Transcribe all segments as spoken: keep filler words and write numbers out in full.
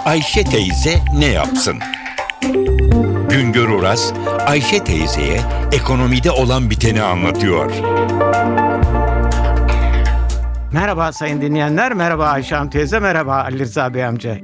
Ayşe teyze ne yapsın? Güngör Oras, Ayşe teyzeye ekonomide olan biteni anlatıyor. Merhaba sayın dinleyenler, merhaba Ayşe Hanım teyze, merhaba Ali Rıza Bey amca.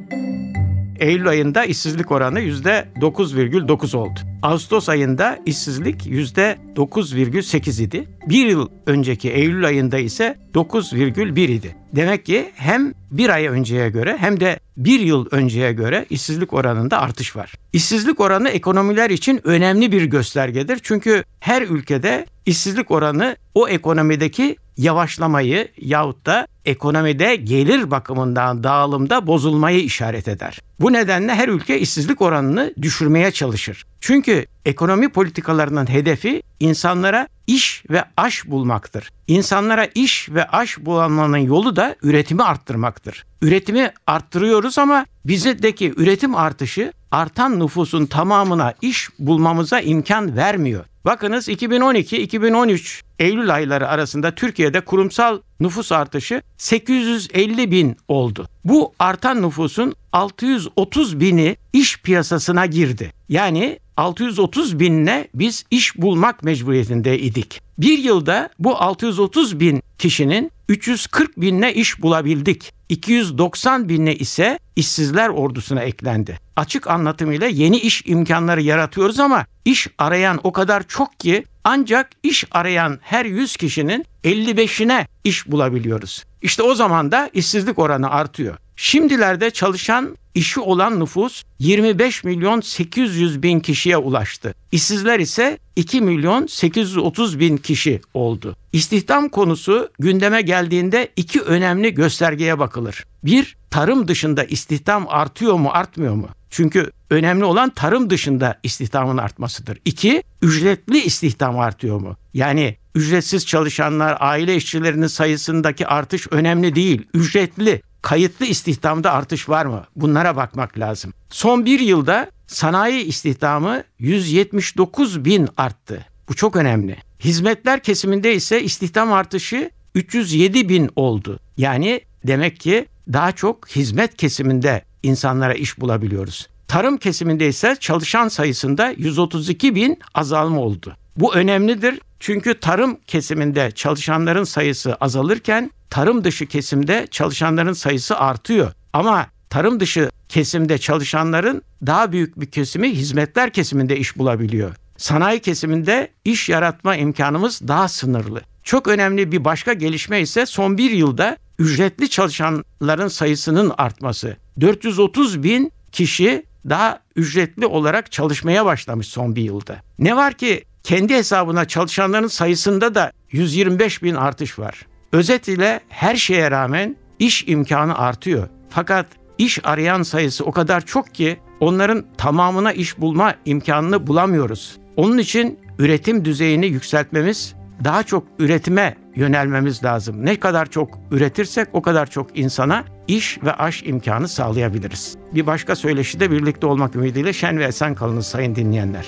Eylül ayında işsizlik oranı yüzde dokuz virgül dokuz oldu. Ağustos ayında işsizlik yüzde dokuz virgül sekiz idi. Bir yıl önceki Eylül ayında ise dokuz virgül bir idi. Demek ki hem bir ay önceye göre hem de bir yıl önceye göre işsizlik oranında artış var. İşsizlik oranı ekonomiler için önemli bir göstergedir. Çünkü her ülkede işsizlik oranı o ekonomideki yavaşlamayı yahut da ekonomide gelir bakımından dağılımda bozulmayı işaret eder. Bu nedenle her ülke işsizlik oranını düşürmeye çalışır. Çünkü ekonomi politikalarının hedefi insanlara iş ve aş bulmaktır. İnsanlara iş ve aş bulmanın yolu da üretimi arttırmaktır. Üretimi arttırıyoruz ama bizdeki üretim artışı artan nüfusun tamamına iş bulmamıza imkan vermiyor. Bakınız iki bin on iki iki bin on üç Eylül ayları arasında Türkiye'de kurumsal nüfus artışı sekiz yüz elli bin oldu. Bu artan nüfusun altı yüz otuz bini iş piyasasına girdi. Yani altı yüz otuz binle biz iş bulmak mecburiyetindeydik. Bir yılda bu altı yüz otuz bin kişinin üç yüz kırk binle iş bulabildik. iki yüz doksan binle ise işsizler ordusuna eklendi. Açık anlatımıyla yeni iş imkanları yaratıyoruz ama iş arayan o kadar çok ki ancak iş arayan her yüz kişinin elli beşine iş bulabiliyoruz. İşte o zaman da işsizlik oranı artıyor. Şimdilerde çalışan işi olan nüfus yirmi beş milyon sekiz yüz bin kişiye ulaştı. İşsizler ise iki milyon sekiz yüz otuz bin kişi oldu. İstihdam konusu gündeme geldiğinde iki önemli göstergeye bakılır. Bir, tarım dışında istihdam artıyor mu, artmıyor mu? Çünkü önemli olan tarım dışında istihdamın artmasıdır. İki, ücretli istihdam artıyor mu? Yani ücretsiz çalışanlar, aile işçilerinin sayısındaki artış önemli değil. Ücretli, kayıtlı istihdamda artış var mı? Bunlara bakmak lazım. Son bir yılda sanayi istihdamı yüz yetmiş dokuz bin arttı. Bu çok önemli. Hizmetler kesiminde ise istihdam artışı üç yüz yedi bin oldu. Yani demek ki daha çok hizmet kesiminde insanlara iş bulabiliyoruz. Tarım kesiminde ise çalışan sayısında yüz otuz iki bin azalma oldu. Bu önemlidir çünkü tarım kesiminde çalışanların sayısı azalırken tarım dışı kesimde çalışanların sayısı artıyor. Ama tarım dışı kesimde çalışanların daha büyük bir kesimi hizmetler kesiminde iş bulabiliyor. Sanayi kesiminde iş yaratma imkanımız daha sınırlı. Çok önemli bir başka gelişme ise son bir yılda ücretli çalışanların sayısının artması. dört yüz otuz bin kişi daha ücretli olarak çalışmaya başlamış son bir yılda. Ne var ki kendi hesabına çalışanların sayısında da yüz yirmi beş bin artış var. Özet ile her şeye rağmen iş imkanı artıyor. Fakat iş arayan sayısı o kadar çok ki onların tamamına iş bulma imkanını bulamıyoruz. Onun için üretim düzeyini yükseltmemiz, daha çok üretime yönelmemiz lazım. Ne kadar çok üretirsek o kadar çok insana iş ve aş imkanı sağlayabiliriz. Bir başka söyleşide birlikte olmak ümidiyle şen ve esen kalınız sayın dinleyenler.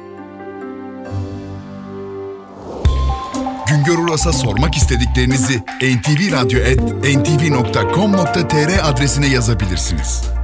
Güngör Oras'a sormak istediklerinizi en ti vi radyo et en ti vi nokta com nokta tr adresine yazabilirsiniz.